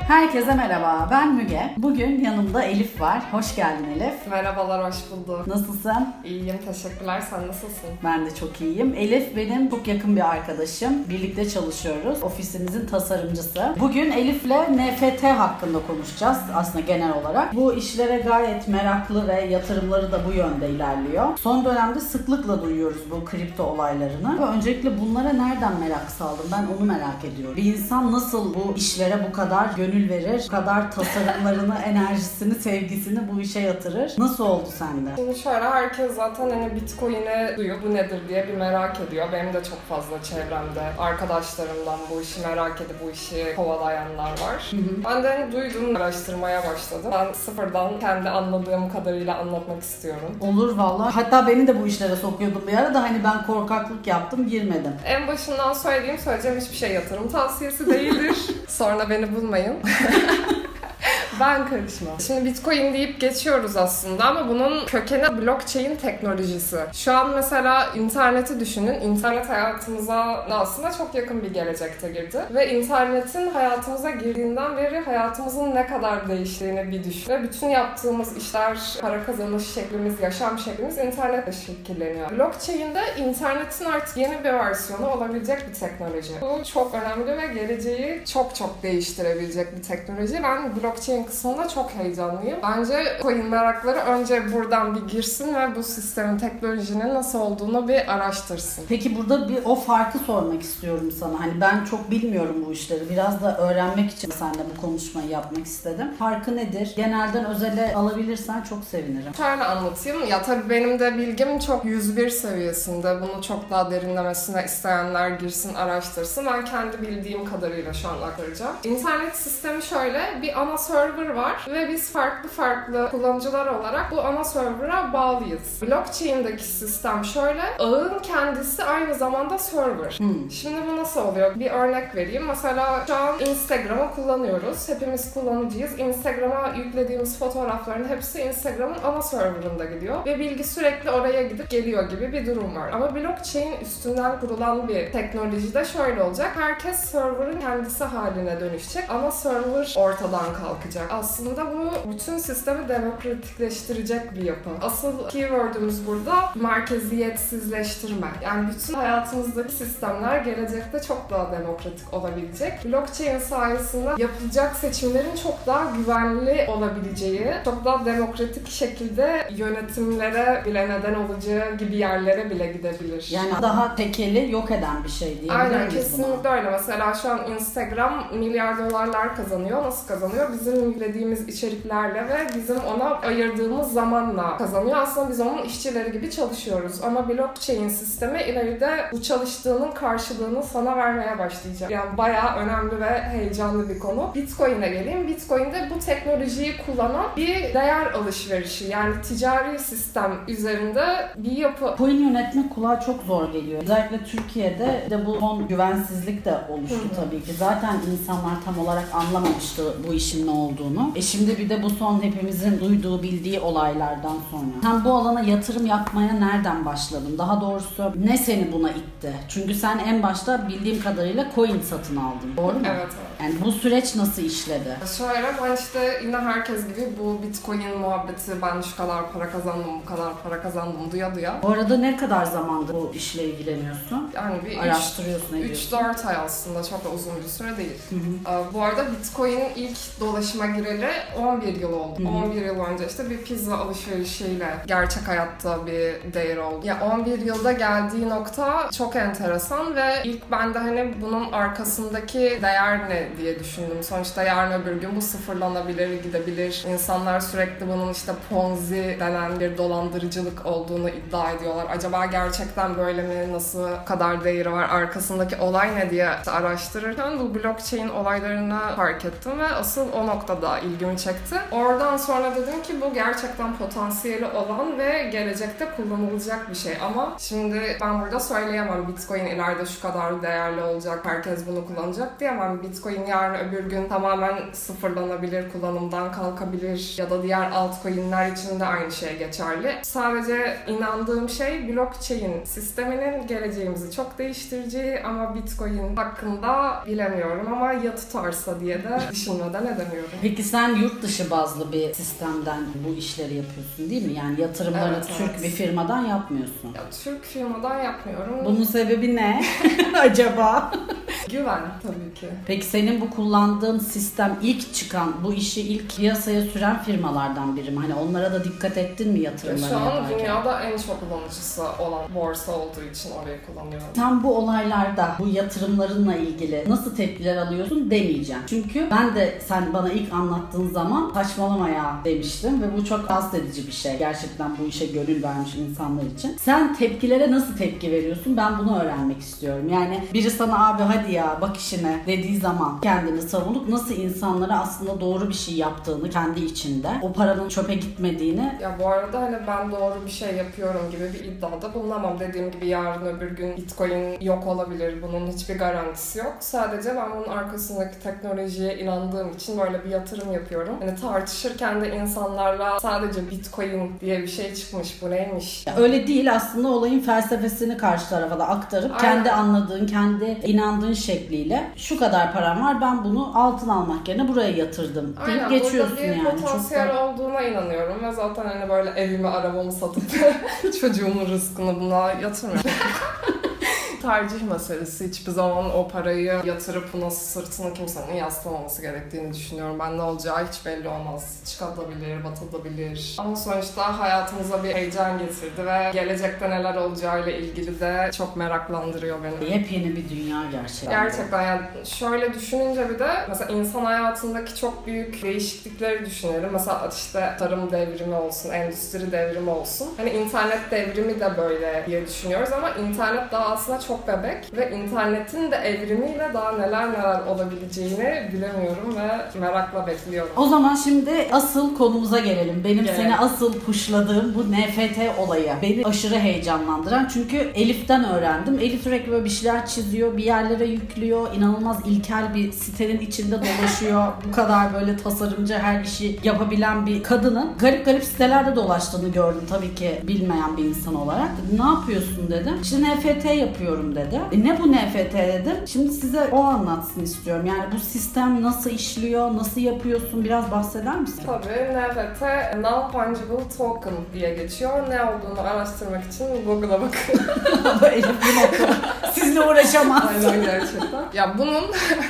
Herkese merhaba, ben Müge. Bugün yanımda Elif var. Hoş geldin Elif. Merhabalar, hoş bulduk. Nasılsın? İyiyim, teşekkürler. Sen nasılsın? Ben de çok iyiyim. Elif benim çok yakın bir arkadaşım. Birlikte çalışıyoruz. Ofisimizin tasarımcısı. Bugün Elif'le NFT hakkında konuşacağız aslında genel olarak. Bu işlere gayet meraklı ve yatırımları da bu yönde ilerliyor. Son dönemde sıklıkla duyuyoruz bu kripto olaylarını. Ve öncelikle bunlara nereden merak saldım? Ben onu merak ediyorum. Bir insan nasıl bu işlere bu kadar gönül verir, bu kadar tasarımlarını, enerjisini, sevgisini bu işe yatırır? Nasıl oldu sende? Şimdi şöyle, herkes zaten hani Bitcoin'i duyuyor, bu nedir diye bir merak ediyor. Benim de çok fazla çevremde arkadaşlarımdan bu işi merak edip bu işi kovalayanlar var. Ben de hani duydum, araştırmaya başladım. Ben sıfırdan kendi anladığım kadarıyla anlatmak istiyorum. Olur valla. Hatta beni de bu işlere sokuyordum bir ara da hani ben korkaklık yaptım, girmedim. En başından söyleyeceğim hiçbir şey yatırım tavsiyesi değildir. Sonra beni bulmayın. Ben karışmam. Şimdi Bitcoin deyip geçiyoruz aslında ama bunun kökeni blockchain teknolojisi. Şu an mesela interneti düşünün. İnternet hayatımıza aslında çok yakın bir gelecekte girdi. Ve internetin hayatımıza girdiğinden beri hayatımızın ne kadar değiştiğini bir düşün. Ve bütün yaptığımız işler, para kazanış şeklimiz, yaşam şeklimiz internetle şekilleniyor. Blockchain de internetin artık yeni bir versiyonu olabilecek bir teknoloji. Bu çok önemli ve geleceği çok değiştirebilecek bir teknoloji. Ben blockchain kısmında çok heyecanlıyım. Bence coin merakları önce buradan bir girsin ve bu sistemin, teknolojinin nasıl olduğunu bir araştırsın. Peki burada bir o farkı sormak istiyorum sana. Hani ben çok bilmiyorum bu işleri. Biraz da öğrenmek için seninle bu konuşmayı yapmak istedim. Farkı nedir? Genelden özele alabilirsen çok sevinirim. Şöyle anlatayım. Ya tabii benim de bilgim çok 101 seviyesinde. Bunu çok daha derinlemesine isteyenler girsin, araştırsın. Ben kendi bildiğim kadarıyla şu an aktaracağım. İnternet sistemi şöyle, bir ana server var ve biz farklı kullanıcılar olarak bu ana server'a bağlıyız. Blockchain'deki sistem şöyle, ağın kendisi aynı zamanda server. Şimdi bu nasıl oluyor? Bir örnek vereyim. Mesela şu an Instagram'ı kullanıyoruz. Hepimiz kullanıcıyız. Instagram'a yüklediğimiz fotoğrafların hepsi Instagram'ın ana server'ında gidiyor ve bilgi sürekli oraya gidip geliyor gibi bir durum var. Ama blockchain üstünden kurulan bir teknolojide şöyle olacak. Herkes server'ın kendisi haline dönüşecek. Ana server ortadan kalkacak. Aslında bu bütün sistemi demokratikleştirecek bir yapı. Asıl keyword'ümüz burada merkeziyetsizleştirme. Yani bütün hayatımızdaki sistemler gelecekte çok daha demokratik olabilecek. Blockchain sayesinde yapılacak seçimlerin çok daha güvenli olabileceği, çok daha demokratik şekilde yönetimlere bile neden olacağı gibi yerlere bile gidebilir. Yani daha tekeli yok eden bir şey diyebilir miyiz buna? Aynen, kesinlikle öyle. Mesela şu an Instagram milyar dolarlar kazanıyor. Nasıl kazanıyor? Bizim yüklediğimiz içeriklerle ve bizim ona ayırdığımız zamanla kazanıyor. Aslında biz onun işçileri gibi çalışıyoruz. Ama blockchain sistemi ileride bu çalıştığının karşılığını sana vermeye başlayacak. Yani bayağı önemli ve heyecanlı bir konu. Bitcoin'e geleyim. Bitcoin'de bu teknolojiyi kullanan bir değer alışverişi, yani ticari sistem üzerinde bir yapı. Coin yönetmek kulağa çok zor geliyor. Özellikle Türkiye'de de bu son güvensizlik de oluştu tabii ki. Zaten insanlar tam olarak anlamamıştı bu işin ne olduğunu. Şimdi bir de bu son hepimizin duyduğu, bildiği olaylardan sonra. Sen bu alana yatırım yapmaya nereden başladın? Daha doğrusu ne seni buna itti? Çünkü sen en başta bildiğim kadarıyla coin satın aldın. Doğru mu? Evet. Yani bu süreç nasıl işledi? Şöyle, ben işte yine herkes gibi bu Bitcoin muhabbeti, ben şu kadar para kazandım, bu kadar para kazandım duya. Bu arada ne kadar zamandır bu işle ilgileniyorsun? Yani bir araştırıyorsun, ediyorsun. 3-4 ay aslında, çok da uzun bir süre değil. Bu arada Bitcoin'in ilk dolaşıma gireli 11 yıl oldu. 11 yıl önce işte bir pizza alışverişiyle gerçek hayatta bir değer oldu. Ya 11 yılda geldiği nokta çok enteresan ve ilk ben de hani bunun arkasındaki değer ne diye düşündüm. Sonuçta yarın öbür gün bu sıfırlanabilir, gidebilir. İnsanlar sürekli bunun işte Ponzi denen bir dolandırıcılık olduğunu iddia ediyorlar. Acaba gerçekten böyle mi? Nasıl kadar değeri var? Arkasındaki olay ne diye araştırırken bu blockchain olaylarını fark ettim ve asıl o noktada da ilgimi çekti. Oradan sonra dedim ki bu gerçekten potansiyeli olan ve gelecekte kullanılacak bir şey. Ama şimdi ben burada söyleyemem Bitcoin ileride şu kadar değerli olacak, herkes bunu kullanacak diyemem. Bitcoin yarın öbür gün tamamen sıfırlanabilir, kullanımdan kalkabilir ya da diğer altcoin'ler için de aynı şey geçerli. Sadece inandığım şey blockchain sisteminin geleceğimizi çok değiştireceği ama Bitcoin hakkında bilemiyorum ama ya tutarsa diye de düşünmeden edemiyorum. Peki sen yurt dışı bazlı bir sistemden bu işleri yapıyorsun değil mi? Yani yatırımları Evet, Türk bir firmadan yapmıyorsun. Ya, Türk firmadan yapmıyorum. Bunun sebebi ne acaba? Güven tabii ki. Peki senin bu kullandığın sistem ilk çıkan, bu işi ilk piyasaya süren firmalardan biri mi? Hani onlara da dikkat ettin mi yatırımlarını Şu an yaparken? dünyada en çok kullanıcısı olan borsa olduğu için orayı kullanıyorum. Sen bu olaylarda, bu yatırımlarınla ilgili nasıl tepkiler alıyorsun demeyeceğim. Çünkü ben de sen bana ilk anlattığın zaman saçmalama ya demiştim ve bu çok rahatsız edici bir şey. Gerçekten bu işe gönül vermiş insanlar için. Sen tepkilere nasıl tepki veriyorsun? Ben bunu öğrenmek istiyorum. Yani biri sana abi hadi ya bak işine dediği zaman kendini savunup nasıl insanlara aslında doğru bir şey yaptığını kendi içinde, o paranın çöpe gitmediğini. Ya bu arada hani ben doğru bir şey yapıyorum gibi bir iddiada bulunamam. Dediğim gibi yarın öbür gün Bitcoin yok olabilir. Bunun hiçbir garantisi yok. Sadece ben bunun arkasındaki teknolojiye inandığım için böyle bir yatırım yapıyorum. Hani tartışırken de insanlarla sadece Bitcoin diye bir şey çıkmış. Bu neymiş? Ya öyle değil aslında, olayın felsefesini karşı tarafa da aktarıp Aynen. kendi anladığın, kendi inandığın şekliyle şu kadar param var ben bunu altın almak yerine buraya yatırdım deyip Aynen, geçiyorsun burada bir yani. potansiyel Çok da... olduğuna inanıyorum ve zaten hani böyle evimi, arabamı satıp çocuğumun rızkını buna yatırmıyorum. Tercih meselesi. Hiçbir zaman o parayı yatırıp buna sırtını kimsenin yaslamaması gerektiğini düşünüyorum. Ben ne olacağı hiç belli olmaz. Çıkabilir, batabilir. Ama sonuçta hayatımıza bir heyecan getirdi ve gelecekte neler olacağıyla ilgili de çok meraklandırıyor beni. Yepyeni bir dünya gerçekten. Gerçekten yani şöyle düşününce bir de mesela insan hayatındaki çok büyük değişiklikleri düşünelim. Mesela işte tarım devrimi olsun, endüstri devrimi olsun. Hani internet devrimi de böyle diye düşünüyoruz ama internet daha aslında çok bebek ve internetin de evrimiyle daha neler olabileceğini bilemiyorum ve merakla bekliyorum. O zaman şimdi asıl konumuza gelelim. Benim Gelelim. seni asıl pushladığım bu NFT olayı. Beni aşırı heyecanlandıran. Çünkü Elif'ten öğrendim. Elif sürekli böyle bir şeyler çiziyor, bir yerlere yüklüyor. İnanılmaz ilkel bir sitenin içinde dolaşıyor. Bu kadar böyle tasarımcı her işi yapabilen bir kadının garip garip sitelerde dolaştığını gördüm tabii ki bilmeyen bir insan olarak. Ne yapıyorsun dedim. İşte NFT yapıyorum dedi. Ne bu NFT dedim. Şimdi size o anlatsın istiyorum. Yani bu sistem nasıl işliyor, nasıl yapıyorsun? Biraz bahseder misin? Tabii NFT Non-Fungible Token diye geçiyor. Ne olduğunu araştırmak için Google'a bakın. Elif bu noktada sizinle uğraşamaz. Aynen gerçekten. Ya bunun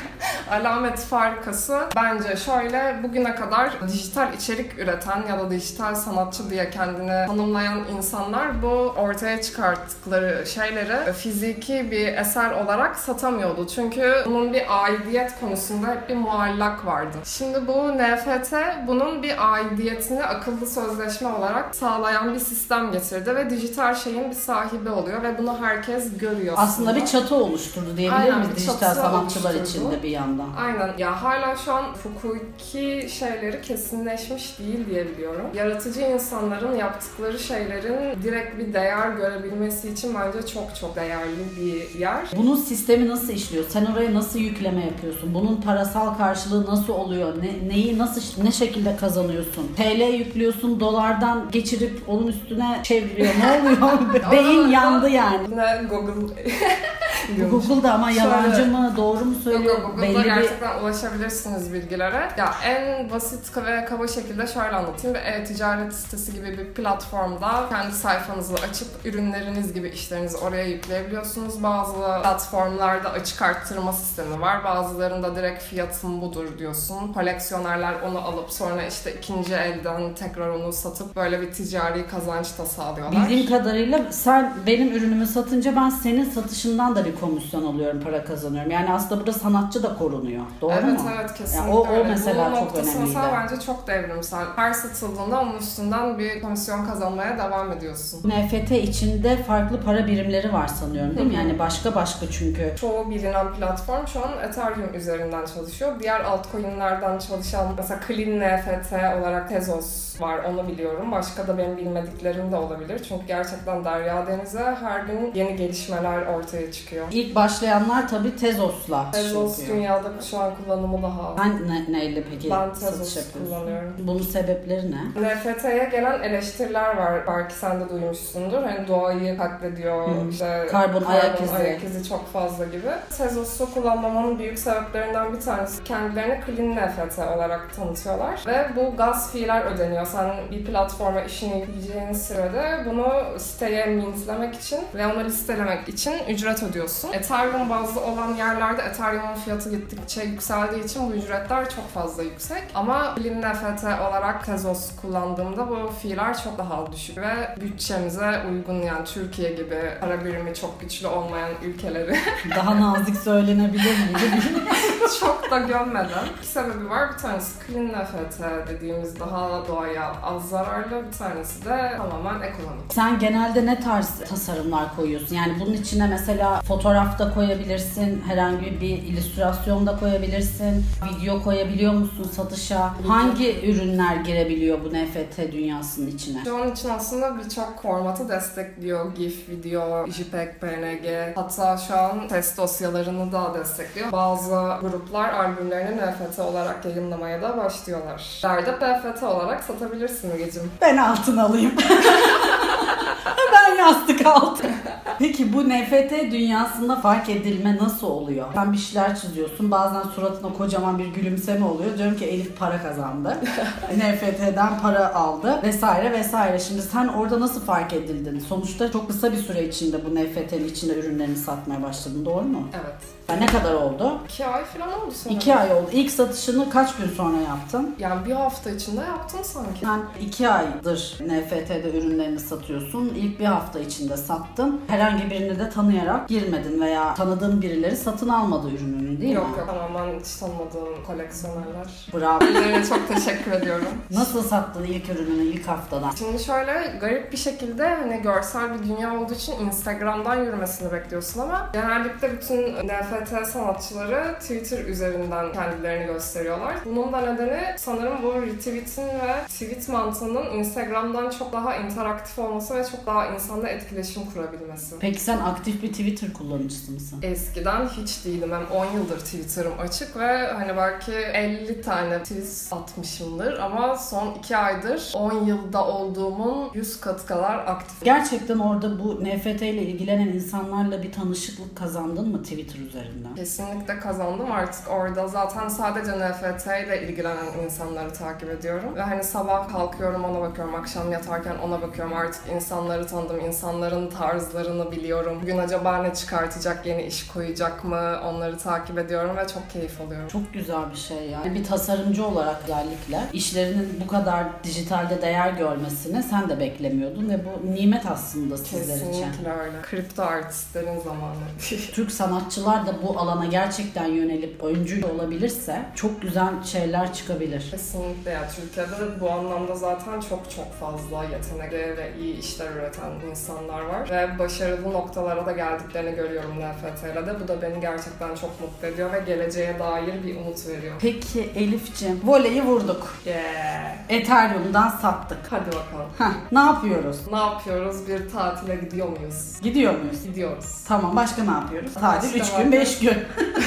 alamet farkası bence şöyle: bugüne kadar dijital içerik üreten ya da dijital sanatçı diye kendini tanımlayan insanlar bu ortaya çıkarttıkları şeyleri fiziki bir eser olarak satamıyordu. Çünkü bunun bir aidiyet konusunda hep bir muallak vardı. Şimdi bu NFT bunun bir aidiyetini akıllı sözleşme olarak sağlayan bir sistem getirdi ve dijital şeyin bir sahibi oluyor ve bunu herkes görüyor. Aslında bir çatı oluşturdu diyebilir Aynen, miyiz bir dijital çatı sanatçılar oluşturdu. içinde bir yandan? Aynen. Ya hala şu an hukuki şeyleri kesinleşmiş değil diye biliyorum. Yaratıcı insanların yaptıkları şeylerin direkt bir değer görebilmesi için bence çok çok değerli bir yer. Bunun sistemi nasıl işliyor? Sen oraya nasıl yükleme yapıyorsun? Bunun parasal karşılığı nasıl oluyor? Neyi nasıl, ne şekilde kazanıyorsun? TL yüklüyorsun, dolardan geçirip onun üstüne çeviriyor. Ne oluyor? Beyin yandı yani. Ne Google Google'da ama yalancı Şöyle, mı, doğru mu söylüyor? Google'da Belli bir... gerçekten ulaşabilirsiniz bilgilere. Ya en basit ve kaba şekilde şöyle anlatayım. Bir e-ticaret sitesi gibi bir platformda kendi sayfanızı açıp ürünleriniz gibi işlerinizi oraya yükleyebiliyorsunuz. Bazı platformlarda açık arttırma sistemi var. Bazılarında direkt fiyatım budur diyorsun. Koleksiyonerler onu alıp sonra işte ikinci elden tekrar onu satıp böyle bir ticari kazanç da sağlıyorlar. Bildiğim kadarıyla sen benim ürünümü satınca ben senin satışından da bir komisyon alıyorum, para kazanıyorum. Yani aslında burada sanatçı da korunuyor. Doğru mu? Evet kesinlikle. Yani o mesela çok önemliydi. Mesela bence çok devrimsel. Her satıldığında onun üstünden bir komisyon kazanmaya devam ediyorsun. NFT içinde farklı para birimleri var sanıyorum değil mi? Yani başka çünkü. Çoğu bilinen platform şu an Ethereum üzerinden çalışıyor. Diğer altcoin'lerden çalışan mesela Clean NFT olarak Tezos var, onu biliyorum. Başka da benim bilmediklerim de olabilir. Çünkü gerçekten derya denize her gün yeni gelişmeler ortaya çıkıyor. İlk başlayanlar tabii Tezos'la. Tezos dünyada şu an kullanımı daha. Sen neyle peki Ben satış Tezos yapıyorsun? kullanıyorum. Bunun sebepleri ne? NFT'ye gelen eleştiriler var. Belki sen de duymuşsundur. Hani doğayı katlediyor, işte Karbon ayak izi çok fazla gibi. Tezos'u kullanmamanın büyük sebeplerinden bir tanesi kendilerini Clean NFT olarak tanıtıyorlar. Ve bu gas fee'ler ödeniyor. Sen bir platforma işini yükleyeceğin sırada bunu siteye mintlemek için ve onu listelemek için ücret ödüyorsun. Ethereum bazlı olan yerlerde Ethereum'un fiyatı gittikçe yükseldiği için bu ücretler çok fazla yüksek. Ama Clean NFT olarak Tezos kullandığımda bu fee'ler çok daha düşük ve bütçemize uygun, yani Türkiye gibi para birimi çok güçlü olmayan ülkeleri Daha nazik söylenebilir mi? çok da gömmeden. İki sebebi var. Bir tanesi Clean NFT dediğimiz daha doğaya az zararlı. Bir tanesi de tamamen ekonomik. Sen genelde ne tarz tasarımlar koyuyorsun? Yani bunun içine mesela fotoğraf da koyabilirsin, herhangi bir illüstrasyon da koyabilirsin, video koyabiliyor musun satışa? Hangi ürünler girebiliyor bu NFT dünyasının içine? Şu an için aslında birçok formatı destekliyor. GIF, video, JPEG, PNG. Hatta şu an test dosyalarını da destekliyor. Bazı gruplar albümlerini NFT olarak yayınlamaya da başlıyorlar. Nerede NFT olarak satabilirsin Mügeciğim. Ben altın alayım. Ben yastık aldım. Peki bu NFT dünyasında fark edilme nasıl oluyor? Sen bir şeyler çiziyorsun. Bazen suratına kocaman bir gülümseme oluyor. Diyorum ki Elif para kazandı. NFT'den para aldı vesaire vesaire. Şimdi sen orada nasıl fark edildin? Sonuçta çok kısa bir süre içinde bu NFT'nin içinde ürünlerini satmaya başladın. Doğru mu? Evet. Ne kadar oldu? 2 ay falan oldu sanırım. 2 ay oldu. İlk satışını kaç gün sonra yaptın? Yani bir hafta içinde yaptım sanki. Sen 2 aydır NFT'de ürünlerini satıyorsun. İlk bir hafta içinde sattın. Herhangi birini de tanıyarak girmedin veya tanıdığın birileri satın almadı ürününü değil mi? Yok tamamen hiç tanımadığım koleksiyonerler. Bravo. Kendilerine çok teşekkür ediyorum. Nasıl sattın ilk ürününü ilk haftadan? Şimdi şöyle garip bir şekilde hani görsel bir dünya olduğu için Instagram'dan yürümesini bekliyorsun ama genellikle bütün NFT sanatçıları Twitter üzerinden kendilerini gösteriyorlar. Bunun da nedeni sanırım bu retweet'in ve tweet mantığının Instagram'dan çok daha interaktif olması ve çok daha insanda etkileşim kurabilmesi. Peki sen aktif bir Twitter kullanıcısı mısın? Eskiden hiç değilim. Hem 10 yıldır Twitter'ım açık ve hani belki 50 tane tweet atmışımdır ama son 2 aydır 10 yılda olduğumun 100 katı kadar aktif. Gerçekten orada bu NFT ile ilgilenen insanlarla bir tanışıklık kazandın mı Twitter üzerinden? Kesinlikle kazandım. Artık orada zaten sadece NFT ile ilgilenen insanları takip ediyorum. Ve hani sabah kalkıyorum ona bakıyorum, akşam yatarken ona bakıyorum. Artık insanları tanıdım, insanların tarzlarını biliyorum. Bugün acaba ne çıkartacak, yeni iş koyacak mı, onları takip ediyorum ve çok keyif alıyorum. Çok güzel bir şey yani. Bir tasarımcı olarak özellikle işlerinin bu kadar dijitalde değer görmesini sen de beklemiyordun ve bu nimet aslında sizler için. Kesinlikle öyle. Kripto artistlerin zamanı. Türk sanatçılar da bu alana gerçekten yönelip öncü olabilirse çok güzel şeyler çıkabilir. Kesinlikle ya. Türkiye'de bu anlamda zaten çok fazla yetenekli ve iyi işler üreten insanlar var. Ve başarılı noktalara da geldiklerini görüyorum NFT'yle de. Bu da beni gerçekten çok mutlu ediyor ve geleceğe dair bir umut veriyor. Peki Elif'ciğim, voleyi vurduk. Yeah. Ethereum'dan sattık. Hadi bakalım. Ne yapıyoruz? Ne yapıyoruz? Bir tatile gidiyor muyuz? Gidiyor muyuz? Gidiyoruz. Tamam, başka ne yapıyoruz? Tatil Başka 3 gün 5 gün.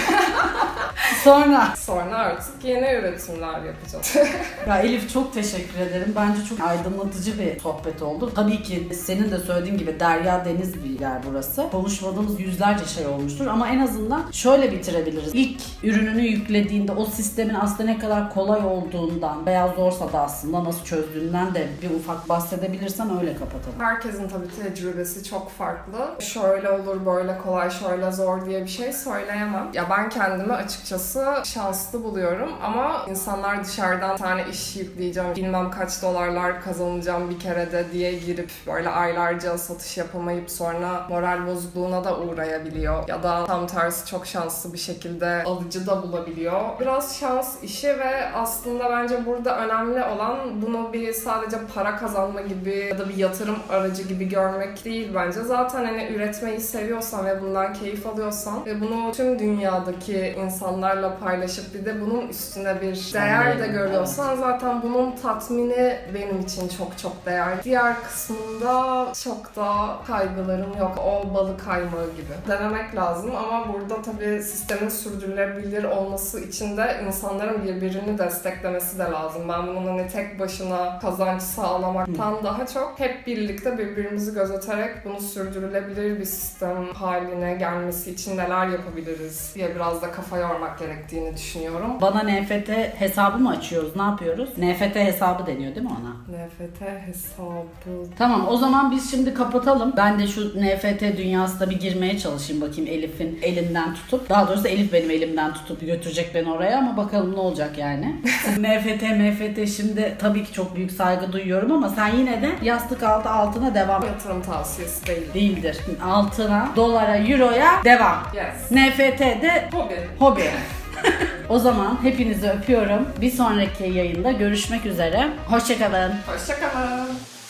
Sonra artık yeni üretimler yapacağız. ya Elif çok teşekkür ederim. Bence çok aydınlatıcı bir sohbet oldu. Tabii ki senin de söylediğin gibi derya deniz bir yer burası. Konuşmadığımız yüzlerce şey olmuştur ama en azından şöyle bitirebiliriz. İlk ürününü yüklediğinde o sistemin aslında ne kadar kolay olduğundan veya zorsa da aslında nasıl çözdüğünden de bir ufak bahsedebilirsen öyle kapatalım. Herkesin tabii tecrübesi çok farklı. Şöyle olur, böyle kolay, şöyle zor diye bir şey söyleyemem. Ya ben kendimi açıkçası açıkçası şanslı buluyorum ama insanlar dışarıdan bir tane iş yükleyeceğim, bilmem kaç dolarlar kazanacağım bir kerede diye girip böyle aylarca satış yapamayıp sonra moral bozukluğuna da uğrayabiliyor. Ya da tam tersi çok şanslı bir şekilde alıcı da bulabiliyor. Biraz şans işi ve aslında bence burada önemli olan bunu bir sadece para kazanma gibi ya da bir yatırım aracı gibi görmek değil bence. Zaten hani üretmeyi seviyorsan ve bundan keyif alıyorsan ve bunu tüm dünyadaki insanlarla paylaşıp bir de bunun üstüne bir değer de görüyorsan zaten bunun tatmini benim için çok çok değerli. Diğer kısmında çok da kaygılarım yok. O balık kaymağı gibi. Denemek lazım ama burada tabii sistemin sürdürülebilir olması için de insanların birbirini desteklemesi de lazım. Ben bunun hani tek başına kazanç sağlamaktan daha çok hep birlikte birbirimizi gözeterek bunu sürdürülebilir bir sistem haline gelmesi için neler yapabiliriz diye biraz da kafa yormak gerektiğini düşünüyorum. Bana NFT hesabı mı açıyoruz? Ne yapıyoruz? NFT hesabı deniyor değil mi ona? NFT hesabı... Tamam, o zaman biz şimdi kapatalım. Ben de şu NFT dünyasına bir girmeye çalışayım, bakayım Elif'in elinden tutup. Daha doğrusu Elif benim elimden tutup götürecek beni oraya ama bakalım ne olacak yani. NFT şimdi tabii ki çok büyük saygı duyuyorum ama sen yine de yastık altına devam. Yatırım tavsiyesi değil. Değildir. Altına, dolara, euroya devam. Yes. NFT de hobi. O zaman hepinizi öpüyorum. Bir sonraki yayında görüşmek üzere. Hoşça kalın. Hoşça kalın.